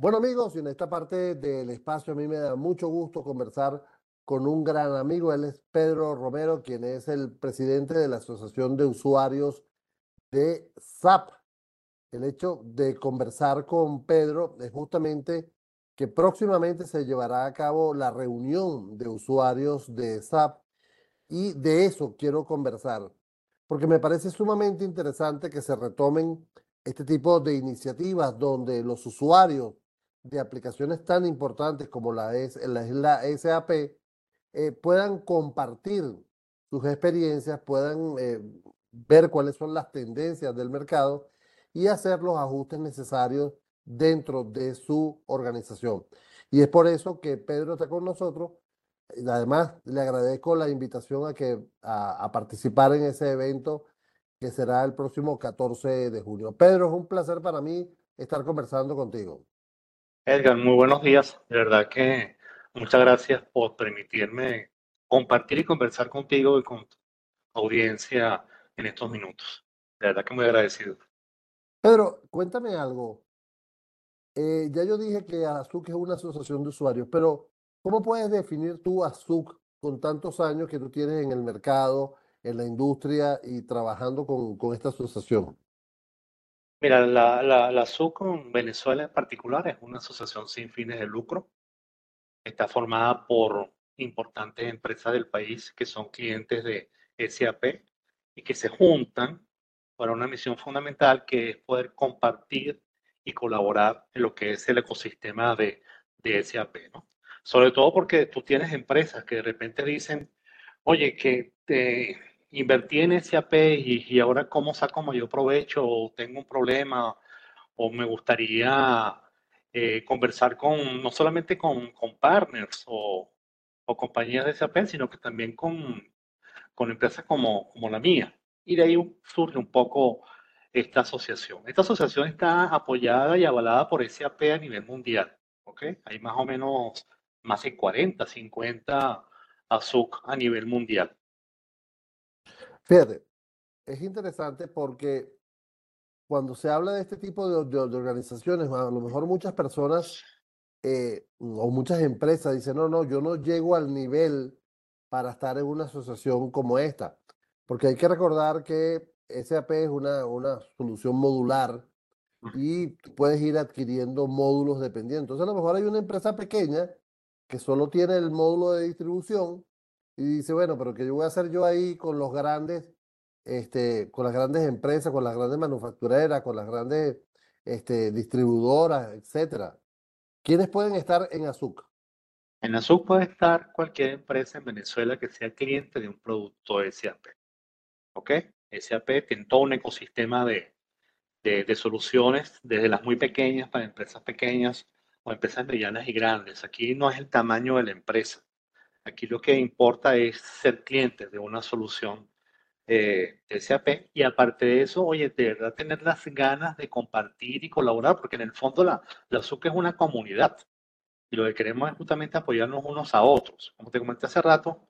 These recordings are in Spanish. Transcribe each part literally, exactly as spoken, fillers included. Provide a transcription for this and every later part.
Bueno amigos, y en esta parte del espacio a mí me da mucho gusto conversar con un gran amigo. Él es Pedro Romero, quien es el presidente de la Asociación de Usuarios de S A P. El hecho de conversar con Pedro es justamente que próximamente se llevará a cabo la reunión de usuarios de S A P y de eso quiero conversar, porque me parece sumamente interesante que se retomen este tipo de iniciativas donde los usuarios de aplicaciones tan importantes como la es la, es la S A P eh, puedan compartir sus experiencias, puedan eh, ver cuáles son las tendencias del mercado y hacer los ajustes necesarios dentro de su organización. Y es por eso que Pedro está con nosotros. Y además, le agradezco la invitación a, que, a, a participar en ese evento que será el próximo catorce de junio. Pedro, es un placer para mí estar conversando contigo. Edgar, muy buenos días. De verdad que muchas gracias por permitirme compartir y conversar contigo y con tu audiencia en estos minutos. De verdad que muy agradecido. Pedro, cuéntame algo. Eh, ya yo dije que ASUC es una asociación de usuarios, pero ¿cómo puedes definir tú ASUC con tantos años que tú tienes en el mercado, en la industria y trabajando con, con esta asociación? Mira, la, la, la S U C en Venezuela en particular es una asociación sin fines de lucro. Está formada por importantes empresas del país que son clientes de S A P y que se juntan para una misión fundamental que es poder compartir y colaborar en lo que es el ecosistema de, de S A P, ¿no? Sobre todo porque tú tienes empresas que de repente dicen, oye, que te invertí en S A P y, y ahora cómo saco mayor provecho o tengo un problema o me gustaría eh, conversar con, no solamente con, con partners o, o, compañías de S A P, sino que también con, con empresas como, como la mía. Y de ahí surge un poco esta asociación. Esta asociación está apoyada y avalada por S A P a nivel mundial. ¿Okay? Hay más o menos más de cuarenta, cincuenta A S U C a nivel mundial. Fíjate, es interesante porque cuando se habla de este tipo de, de- de organizaciones, a lo mejor muchas personas eh, o muchas empresas dicen, no, no, yo no llego al nivel para estar en una asociación como esta, porque hay que recordar que S A P es una, una solución modular y tú puedes ir adquiriendo módulos dependiendo. Entonces, a lo mejor hay una empresa pequeña que solo tiene el módulo de distribución y dice, bueno, pero ¿qué yo voy a hacer yo ahí con los grandes, este, con las grandes empresas, con las grandes manufactureras, con las grandes, este, distribuidoras, etcétera? ¿Quiénes pueden estar en ASUC? En A S U C puede estar cualquier empresa en Venezuela que sea cliente de un producto S A P. ¿Ok? S A P tiene todo un ecosistema de, de, de soluciones, desde las muy pequeñas para empresas pequeñas o empresas medianas y grandes. Aquí no es el tamaño de la empresa. Aquí lo que importa es ser cliente de una solución eh, de S A P y aparte de eso, oye, de verdad tener las ganas de compartir y colaborar, porque en el fondo la, la A S U C es una comunidad y lo que queremos es justamente apoyarnos unos a otros. Como te comenté hace rato,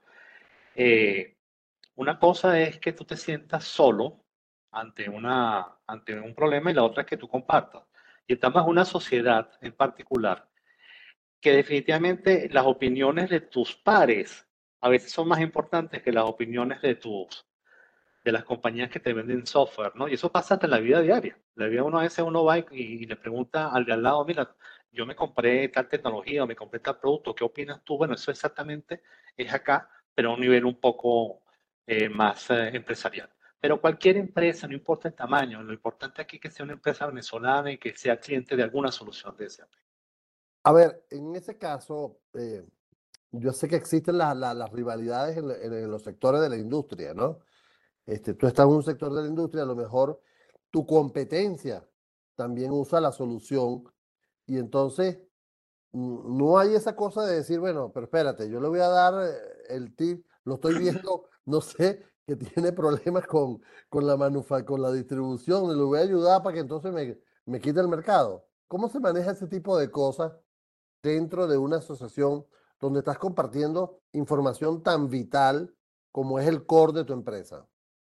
eh, una cosa es que tú te sientas solo ante, una, ante un problema y la otra es que tú compartas. Y estamos en una sociedad en particular que definitivamente las opiniones de tus pares a veces son más importantes que las opiniones de tus de las compañías que te venden software, ¿no? Y eso pasa hasta en la vida diaria. La vida uno a veces uno va y, y le pregunta al de al lado, mira, yo me compré tal tecnología o me compré tal producto, ¿qué opinas tú? Bueno, eso exactamente es acá, pero a un nivel un poco eh, más eh, empresarial. Pero cualquier empresa, no importa el tamaño, lo importante aquí es que sea una empresa venezolana y que sea cliente de alguna solución de S A P. A ver, en ese caso, eh, yo sé que existen la- la- las rivalidades en, en- en los sectores de la industria, ¿no? Este, tú estás en un sector de la industria, a lo mejor tu competencia también usa la solución y entonces mm, no hay esa cosa de decir, bueno, pero espérate, yo le voy a dar eh, el tip, lo estoy viendo, no sé, que tiene problemas con, con la manufa, con la distribución, y le voy a ayudar para que entonces me, me quite el mercado. ¿Cómo se maneja ese tipo de cosas dentro de una asociación donde estás compartiendo información tan vital como es el core de tu empresa?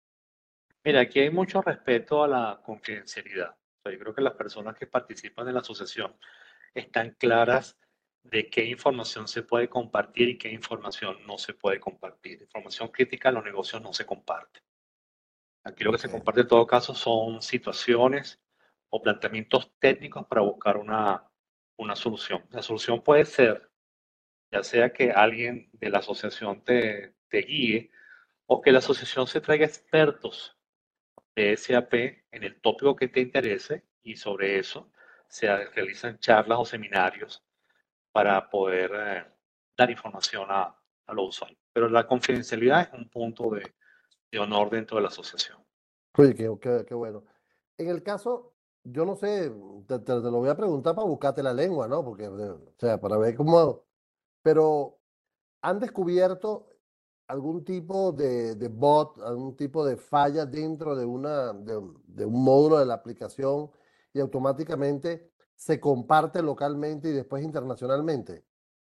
Mira, aquí hay mucho respeto a la confidencialidad. O sea, yo creo que las personas que participan de la asociación están claras de qué información se puede compartir y qué información no se puede compartir. Información crítica en los negocios no se comparte. Aquí lo que se Ok, comparte en todo caso son situaciones o planteamientos técnicos para buscar una, una solución. La solución puede ser, ya sea que alguien de la asociación te, te guíe o que la asociación se traiga expertos de S A P en el tópico que te interese y sobre eso se realizan charlas o seminarios para poder eh, dar información a, a los usuarios. Pero la confidencialidad es un punto de, de honor dentro de la asociación. oye, qué, qué- qué bueno. En el caso, yo no sé, te, te- te lo voy a preguntar para buscarte la lengua, ¿no? Porque, eh, o sea, para ver cómo, pero ¿han descubierto algún tipo de, de bot, algún tipo de falla dentro de, una, de, un de un módulo de la aplicación y automáticamente se comparte localmente y después internacionalmente?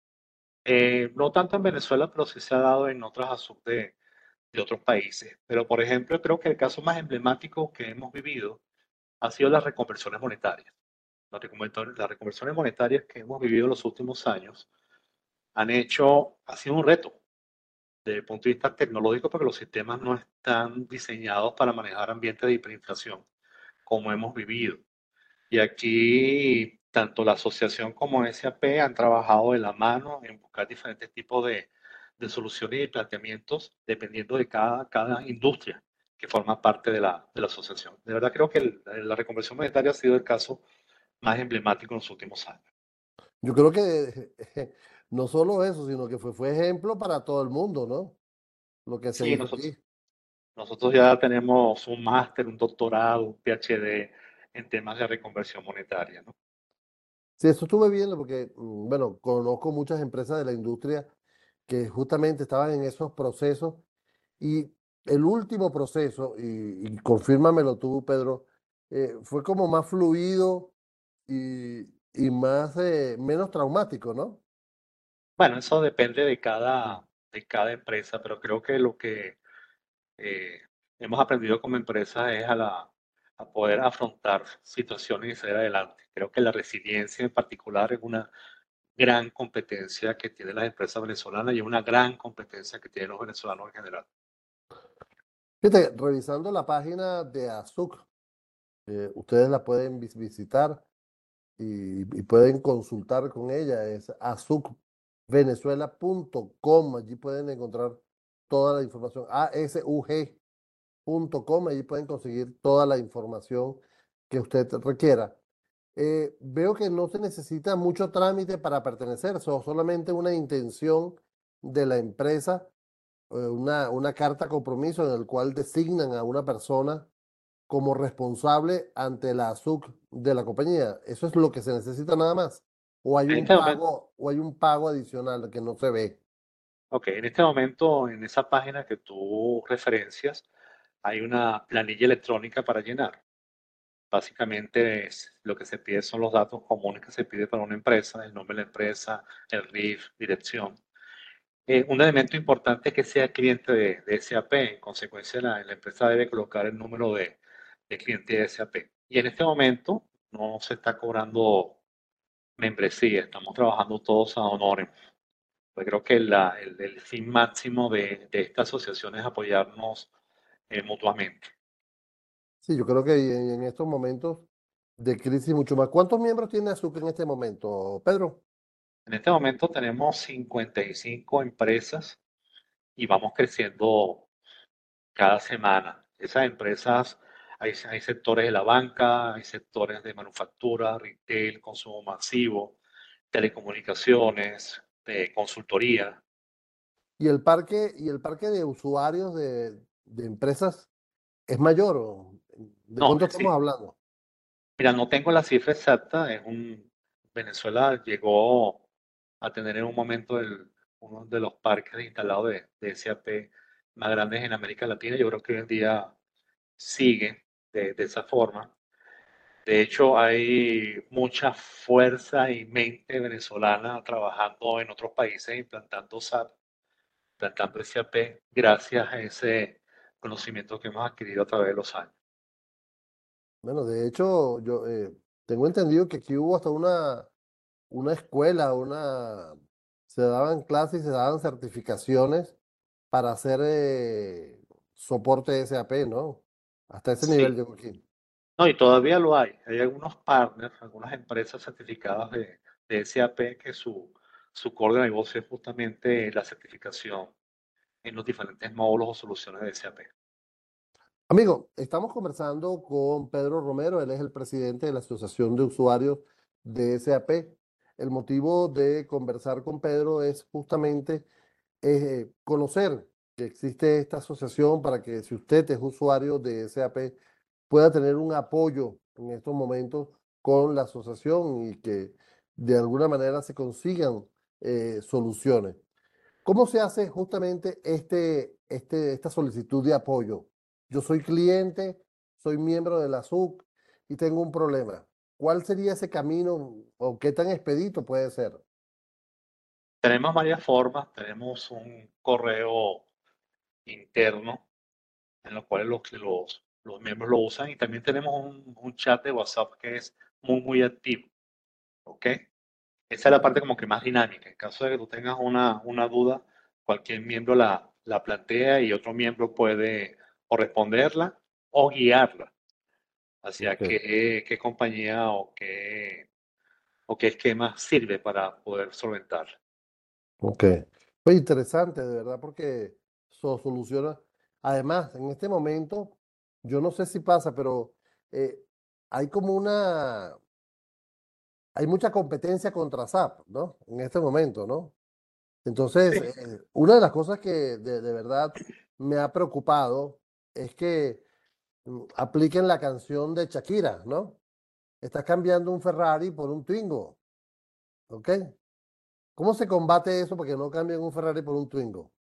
Eh, no tanto en Venezuela, pero sí se ha dado en otras ASUC de, de otros países. Pero, por ejemplo, creo que el caso más emblemático que hemos vivido ha sido las reconversiones monetarias. Las reconversiones, las reconversiones monetarias que hemos vivido en los últimos años han hecho, ha sido un reto desde el punto de vista tecnológico porque los sistemas no están diseñados para manejar ambientes de hiperinflación como hemos vivido. Y aquí tanto la asociación como S A P han trabajado de la mano en buscar diferentes tipos de, de soluciones y planteamientos dependiendo de cada, cada industria que forma parte de la, de la asociación. De verdad creo que el- la reconversión monetaria ha sido el caso más emblemático en los últimos años. Yo creo que no solo eso, sino que fue, fue ejemplo para todo el mundo, ¿no? Lo que se Sí, hizo nosotros, aquí. nosotros ya tenemos un máster, un doctorado, un PhD en temas de reconversión monetaria, ¿no? Sí, eso estuve viendo porque, mm, bueno, conozco muchas empresas de la industria que justamente estaban en esos procesos y el último proceso, y, y confírmamelo tú, Pedro, eh, fue como más fluido y, y más, eh, menos traumático, ¿no? Bueno, eso depende de Mm. cada, de cada empresa, pero creo que lo que eh, hemos aprendido como empresa es a, la, a poder afrontar situaciones y salir adelante. Creo que la resiliencia en particular es una gran competencia que tienen las empresas venezolanas y es una gran competencia que tienen los venezolanos en general. Fíjate, revisando la página de Azuc, eh, ustedes la pueden vis- visitar y, y pueden consultar con ella, es azuc venezuela punto com, allí pueden encontrar toda la información, A S U G punto com, allí pueden conseguir toda la información que usted requiera. Eh, veo que no se necesita mucho trámite para pertenecer, so- solamente una intención de la empresa, eh, una, una carta compromiso en el cual designan a una persona como responsable ante la Azuc de la compañía. Eso es lo que se necesita nada más. O hay En un este momento, pago, o hay un pago adicional que no se ve. ok, en este momento, en esa página que tú referencias, hay una planilla electrónica para llenar. Básicamente es, lo que se pide son los datos comunes que se pide para una empresa, el nombre de la empresa, el R I F, dirección. Eh, un elemento importante es que sea cliente de, de S A P, en consecuencia la, la empresa debe colocar el número de, de cliente de S A P. Y en este momento no se está cobrando membresía, estamos trabajando todos a honores. Pues creo que la- el, el fin máximo de, de esta asociación es apoyarnos eh, mutuamente. Sí, yo creo que en, en estos momentos de crisis mucho más. ¿Cuántos miembros tiene Azuc en este momento, Pedro? En este momento tenemos cincuenta y cinco empresas y vamos creciendo cada semana. Esas empresas, hay, hay sectores de la banca, hay sectores de manufactura, retail, consumo masivo, telecomunicaciones, de consultoría. ¿Y el parque, y el parque de usuarios de, de empresas es mayor? ¿O ¿de No, cuánto sí, estamos hablando? mira, no tengo la cifra exacta. Es un, Venezuela llegó a tener en un momento el, uno de los parques instalados de, de S A P más grandes en América Latina. Yo creo que hoy en día sigue de, de esa forma. De hecho, hay mucha fuerza y mente venezolana trabajando en otros países, implantando S A P, implantando S A P, gracias a ese conocimiento que hemos adquirido a través de los años. Bueno, de hecho, yo eh, tengo entendido que aquí hubo hasta una una escuela, una, se daban clases y se daban certificaciones para hacer eh, soporte S A P, ¿no? Hasta ese nivel Sí, llegó aquí. no, y todavía lo hay. Hay algunos partners, algunas empresas certificadas de, de S A P que su, su core de negocio es justamente la certificación en los diferentes módulos o soluciones de S A P. Amigo, estamos conversando con Pedro Romero, él es el presidente de la Asociación de Usuarios de S A P. El motivo de conversar con Pedro es justamente eh, conocer que existe esta asociación para que si usted es usuario de S A P pueda tener un apoyo en estos momentos con la asociación y que de alguna manera se consigan eh, soluciones. ¿Cómo se hace justamente este, este, esta solicitud de apoyo? Yo soy cliente, soy miembro de la S U C y tengo un problema. ¿Cuál sería ese camino o qué tan expedito puede ser? Tenemos varias formas. Tenemos un correo interno en lo cual los, los, los miembros lo usan y también tenemos un, un chat de WhatsApp que es muy, muy activo. ¿Ok? Esa es la parte como que más dinámica. En caso de que tú tengas una, una duda, cualquier miembro la, la plantea y otro miembro puede o responderla o guiarla hacia Ok, qué, qué compañía o qué, o qué esquema sirve para poder solventar. ok. Pues interesante, de verdad, porque eso soluciona. Además, en este momento, yo no sé si pasa, pero eh, hay como una, hay mucha competencia contra S A P, ¿no? En este momento, ¿no? Entonces, Sí, eh, una de las cosas que de, de verdad me ha preocupado es que mm, apliquen la canción de Shakira, ¿no? Estás cambiando un Ferrari por un Twingo, ¿ok? ¿Cómo se combate eso para que no cambien un Ferrari por un Twingo?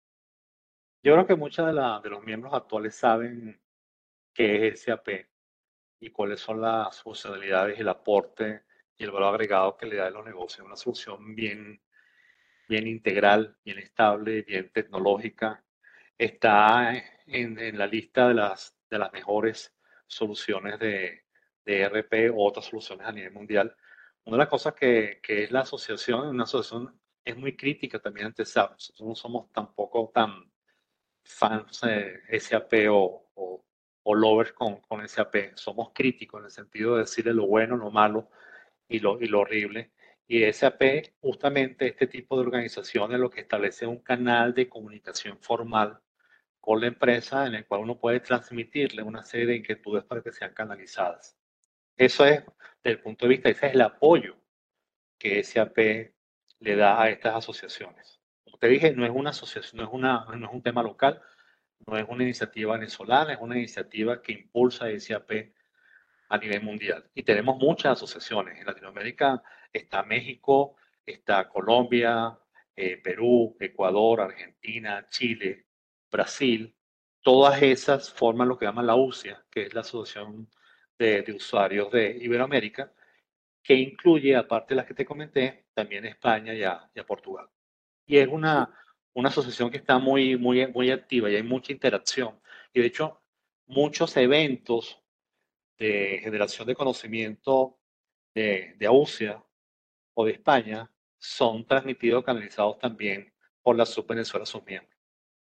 yo creo que muchos de, la- de los miembros actuales saben qué es S A P y cuáles son las funcionalidades, el aporte y el valor agregado que le da a los negocios. Una solución bien, bien integral, bien estable, bien tecnológica. Está en, en la lista de las, de las mejores soluciones de, de E R P o otras soluciones a nivel mundial. Una de las cosas que, que es la asociación, una asociación es muy crítica también ante S A P. Nosotros no somos tampoco tan fans de S A P o, o, o lovers con, con S A P. Somos críticos en el sentido de decirle lo bueno, lo malo y lo, y lo horrible. Y S A P, justamente este tipo de organizaciones, lo que establece es un canal de comunicación formal con la empresa en el cual uno puede transmitirle una serie de inquietudes para que sean canalizadas. Eso es, desde el punto de vista, ese es el apoyo que S A P le da a estas asociaciones. Como te dije, no es una asociación, no es, una, no es un tema local, no es una iniciativa venezolana, es una iniciativa que impulsa S A P a nivel mundial. Y tenemos muchas asociaciones. En Latinoamérica está México, está Colombia, eh, Perú, Ecuador, Argentina, Chile, Brasil. Todas esas forman lo que llaman la U C I A, que es la Asociación de, de Usuarios de Iberoamérica, que incluye, aparte de las que te comenté, también España y a, y a Portugal. Y es una, una asociación que está muy, muy, muy activa y hay mucha interacción. Y de hecho, muchos eventos de generación de conocimiento de, de AUCIA o de España son transmitidos, canalizados también por la Subvenezuela, sus miembros.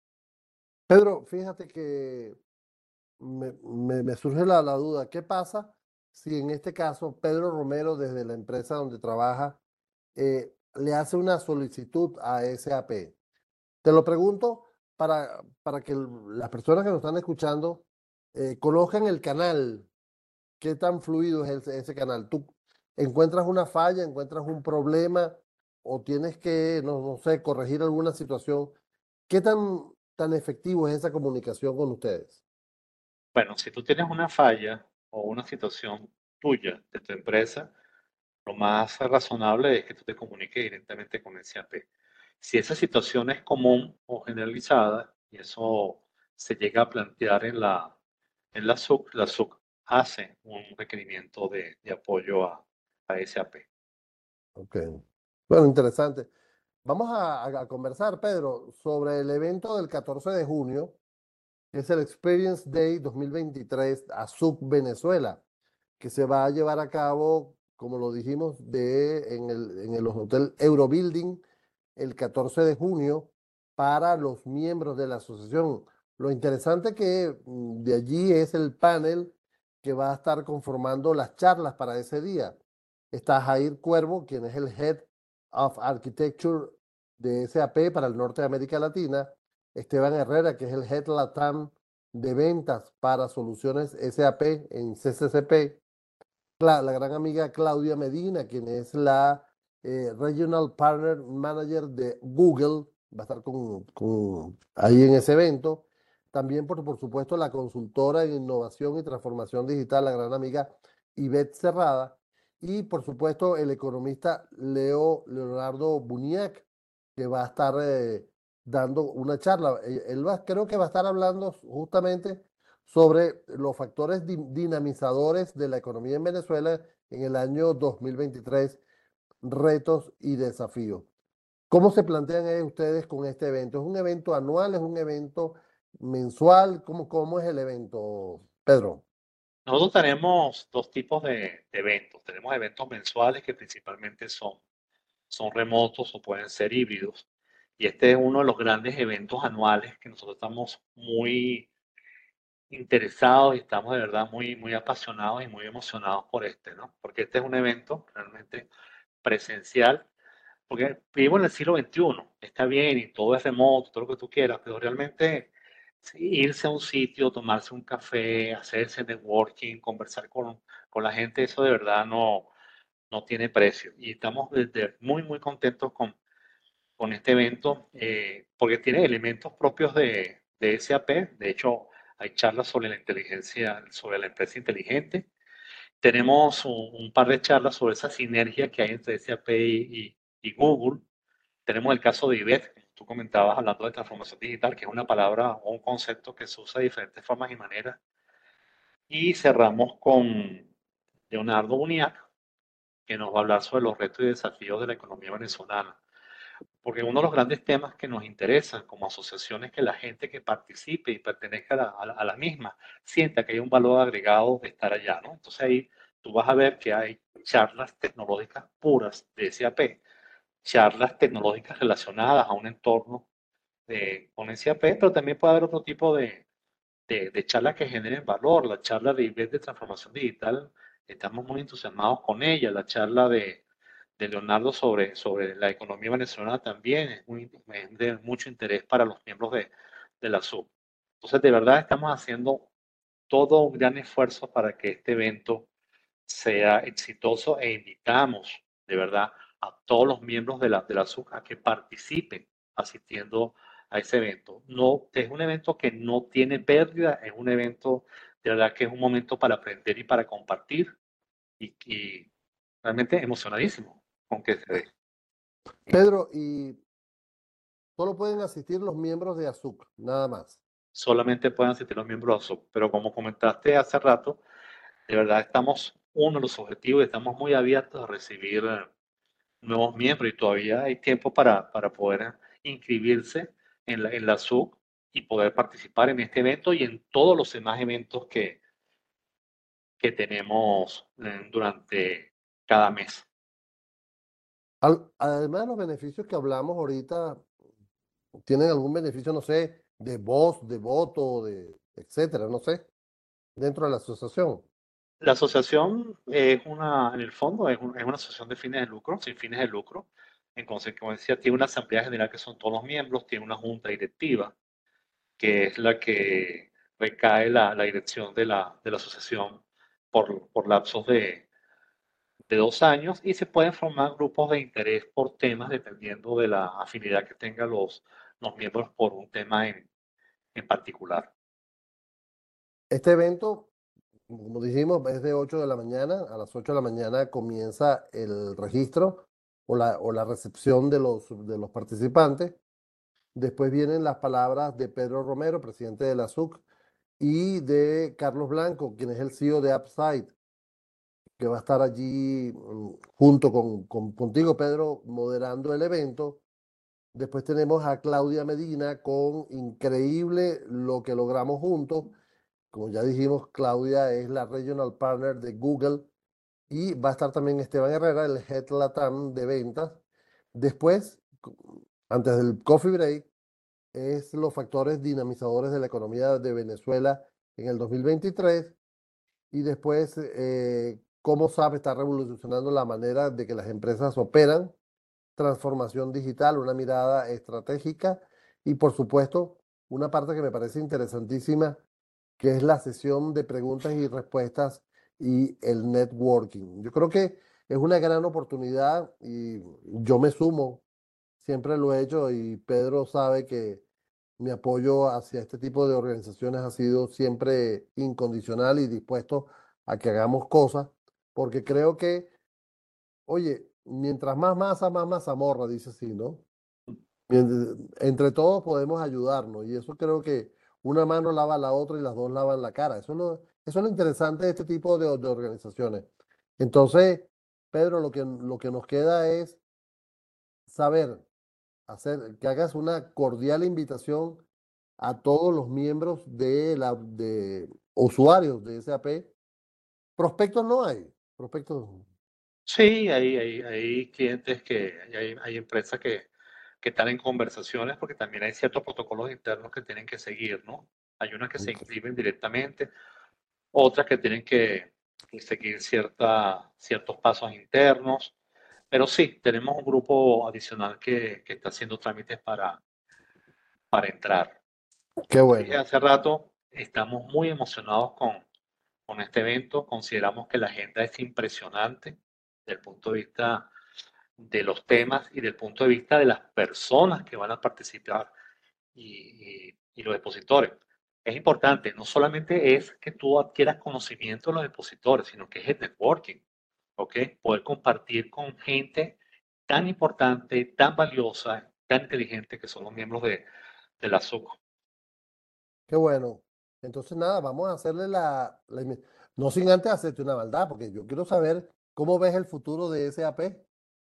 Pedro, fíjate que me, me- me surge la, la duda, ¿qué pasa si en este caso Pedro Romero desde la empresa donde trabaja eh, le hace una solicitud a S A P? Te lo pregunto para, para que el- las personas que nos están escuchando eh, conozcan el canal, qué tan fluido es ese, ese canal. Tú encuentras una falla, encuentras un problema o tienes que, no, no sé, corregir alguna situación. ¿Qué tan, tan efectivo es esa comunicación con ustedes? Bueno, si tú tienes una falla o una situación tuya de tu empresa, lo más razonable es que tú te comuniques directamente con el C A P. Si esa situación es común o generalizada, y eso se llega a plantear en la, en la S U C, la S U C hace un requerimiento de, de apoyo a, a S A P. Ok. Bueno, interesante. Vamos a, a- a conversar, Pedro, sobre el evento del catorce de junio, que es el Experience Day dos mil veintitrés a Sub Venezuela, que se va a llevar a cabo como lo dijimos, de, en el, en el Hotel Eurobuilding el catorce de junio para los miembros de la asociación. Lo interesante que mm, de allí es el panel que va a estar conformando las charlas para ese día. Está Jair Cuervo, quien es el Head of Architecture de S A P para el norte de América Latina. Esteban Herrera, que es el Head Latam de ventas para soluciones S A P en C C C P. La, la gran amiga Claudia Medina, quien es la eh, Regional Partner Manager de Google, va a estar con, con- ahí en ese evento. También, por, por supuesto, la consultora en innovación y transformación digital, la gran amiga Ivette Cerrada. Y, por supuesto, el economista Leo Leonardo Buniac, que va a estar eh, dando una charla. Él, él va, creo que va a estar hablando justamente sobre los factores di- dinamizadores de la economía en Venezuela en el año dos mil veintitrés, retos y desafíos. ¿Cómo se plantean eh, ustedes con este evento? ¿Es un evento anual? ¿Es un evento mensual? ¿Cómo, cómo es el evento, Pedro? Nosotros tenemos dos tipos de, de eventos. Tenemos eventos mensuales que principalmente son, son remotos o pueden ser híbridos. Y este es uno de los grandes eventos anuales que nosotros estamos muy interesados y estamos de verdad muy, muy apasionados y muy emocionados por este, ¿no? Porque este es un evento realmente presencial, porque vivimos en el siglo veintiuno, está bien y todo es remoto, todo lo que tú quieras, pero realmente sí, irse a un sitio, tomarse un café, hacerse networking, conversar con, con la gente, eso de verdad no, no tiene precio. Y estamos desde muy, muy contentos con, con este evento, eh, porque tiene elementos propios de, de S A P. De hecho, hay charlas sobre la inteligencia, sobre la empresa inteligente. Tenemos un, un par de charlas sobre esa sinergia que hay entre S A P y, y- y Google. Tenemos el caso de Ivette, que tú comentabas hablando de transformación digital, que es una palabra o un concepto que se usa de diferentes formas y maneras. Y cerramos con Leonardo Buniac, que nos va a hablar sobre los retos y desafíos de la economía venezolana. Porque uno de los grandes temas que nos interesan como asociación es que la gente que participe y pertenezca a la, a la- a la misma sienta que hay un valor agregado de estar allá, ¿no? Entonces ahí tú vas a ver que hay charlas tecnológicas puras de S A P, charlas tecnológicas relacionadas a un entorno de, con S A P, pero también puede haber otro tipo de, de, de charlas que generen valor. La charla de I B E T de transformación digital, estamos muy entusiasmados con ella. La charla de, de Leonardo sobre, sobre la economía venezolana también es, muy, es de mucho interés para los miembros de, de la S U B. Entonces, de verdad estamos haciendo todo un gran esfuerzo para que este evento sea exitoso e invitamos de verdad a todos los miembros de la, de la S U C a que participen asistiendo a ese evento. No, es un evento que no tiene pérdida, es un evento de verdad que es un momento para aprender y para compartir y, y realmente emocionadísimo con que se dé. Pedro, y solo pueden asistir los miembros de AZUC, nada más. Solamente pueden asistir los miembros de la S U C, pero como comentaste hace rato, de verdad estamos, uno de los objetivos, estamos muy abiertos a recibir eh, nuevos miembros y todavía hay tiempo para, para poder inscribirse en la, en la S U C y poder participar en este evento y en todos los demás eventos que, que tenemos eh, durante cada mes. Al- además de los beneficios que hablamos ahorita, ¿tienen algún beneficio, no sé, de voz, de voto, de etcétera, no sé, dentro de la asociación? La asociación es una, en el fondo, es, un- es una asociación de fines de lucro, sin fines de lucro. En consecuencia, tiene una asamblea general que son todos los miembros, tiene una junta directiva, que es la que recae la, la dirección de la, de la asociación por, por lapsos de, de dos años y se pueden formar grupos de interés por temas dependiendo de la afinidad que tengan los, los miembros por un tema en, en particular. Este evento, como dijimos, es de ocho de la mañana. A las ocho de la mañana comienza el registro o la, o la recepción de los, de los participantes. Después vienen las palabras de Pedro Romero, presidente de la S U C, y de Carlos Blanco, quien es el C E O de Upside, que va a estar allí mm, junto con, con- contigo, Pedro, moderando el evento. Después tenemos a Claudia Medina con Increíble lo que logramos juntos. Como ya dijimos, Claudia es la Regional Partner de Google y va a estar también Esteban Herrera, el Head Latam de ventas. Después, cu- antes del coffee break, es los factores dinamizadores de la economía de Venezuela en el dos mil veintitrés y después eh, cómo SAP está revolucionando la manera de que las empresas operan, transformación digital, una mirada estratégica y por supuesto una parte que me parece interesantísima, que es la sesión de preguntas y respuestas y el networking. Yo creo que es una gran oportunidad y yo me sumo, siempre lo he hecho y Pedro sabe que mi apoyo hacia este tipo de organizaciones ha sido siempre incondicional y dispuesto a que hagamos cosas, porque creo que, oye, mientras más masa, más mazamorra, dice así, ¿no? Mien- Entre todos podemos ayudarnos y eso creo que una mano lava la otra y las dos lavan la cara. Eso es lo, eso es lo interesante de este tipo de, de organizaciones. Entonces, Pedro, lo que, lo que nos queda es saber, hacer, que hagas una cordial invitación a todos los miembros de la, de usuarios de S A P. Prospectos no hay, prospectos. Sí, hay, hay, hay clientes que, hay, hay empresas que, que están en conversaciones porque también hay ciertos protocolos internos que tienen que seguir, ¿no? Hay unas que se Ok, inscriben directamente, otras que tienen que, que seguir cierta, ciertos pasos internos, pero sí, tenemos un grupo adicional que, que está haciendo trámites para, para entrar. qué Como te dije bueno, hace rato, estamos muy emocionados con, con este evento, consideramos que la agenda es impresionante desde el punto de vista de los temas y del punto de vista de las personas que van a participar y, y- y los depositores. Es importante, no solamente es que tú adquieras conocimiento de los depositores, sino que es el networking, ¿ok? Poder compartir con gente tan importante, tan valiosa, tan inteligente que son los miembros de, de la S U C. qué bueno. Entonces, nada, vamos a hacerle la, la invi- no sin antes hacerte una maldad, porque yo quiero saber cómo ves el futuro de S A P.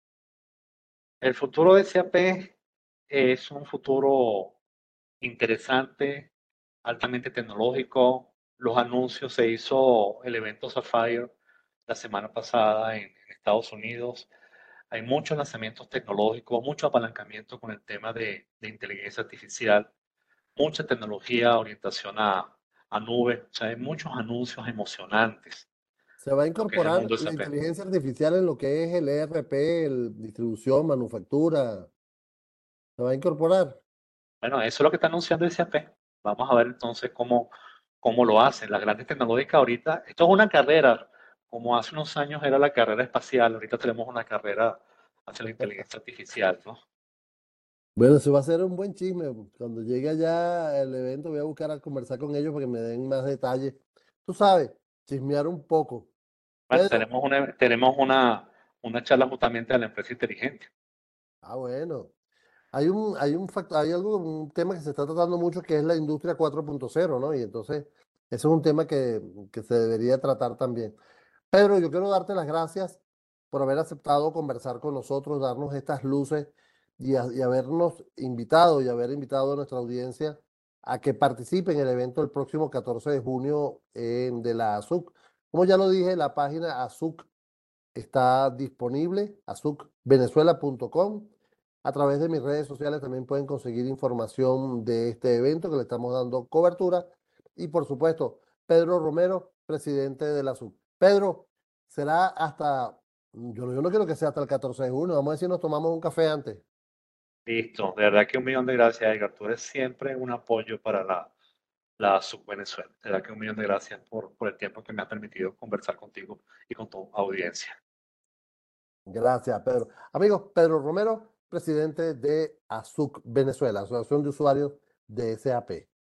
El futuro de S A P es un futuro interesante, altamente tecnológico. Los anuncios, se hizo el evento Sapphire la semana pasada en, en Estados Unidos. Hay muchos lanzamientos tecnológicos, mucho apalancamiento con el tema de, de inteligencia artificial, mucha tecnología, orientación a, a nube. O sea, hay muchos anuncios emocionantes, Se va a lo que es el mundo incorporar la S A P. inteligencia artificial en lo que es el E R P, el distribución, manufactura. Se va a incorporar. Bueno, eso es lo que está anunciando el S A P. Vamos a ver entonces cómo, cómo lo hacen. Las grandes tecnológicas ahorita, esto es una carrera, como hace unos años era la carrera espacial, ahorita tenemos una carrera hacia la inteligencia artificial, ¿no? Bueno, eso va a ser un buen chisme. Cuando llegue allá el evento, voy a buscar a conversar con ellos para que me den más detalles. Tú sabes, chismear un poco. Bueno, Pedro, tenemos una, tenemos una, una charla justamente de la empresa inteligente. ah, bueno. Hay un, hay un factor, hay algo, un tema que se está tratando mucho que es la industria cuatro punto cero, ¿no? Y entonces, ese es un tema que, que se debería tratar también. Pedro, yo quiero darte las gracias por haber aceptado conversar con nosotros, darnos estas luces y, a- y habernos invitado y haber invitado a nuestra audiencia a que participe en el evento el próximo catorce de junio eh, de la A S U C. Como ya lo dije, la página A S U C está disponible, azuc venezuela punto com. A través de mis redes sociales también pueden conseguir información de este evento que le estamos dando cobertura. Y por supuesto, Pedro Romero, presidente de la A S U C. Pedro, será hasta, yo no, yo no quiero que sea hasta el catorce de junio, vamos a decir, nos tomamos un café antes. Listo, de verdad que un millón de gracias, Edgar. Tú eres siempre un apoyo para la, la Subvenezuela. De verdad que un millón de gracias por, por el tiempo que me has permitido conversar contigo y con tu audiencia. Gracias, Pedro. Amigos, Pedro Romero, presidente de A S U C Venezuela, Asociación de Usuarios de S A P.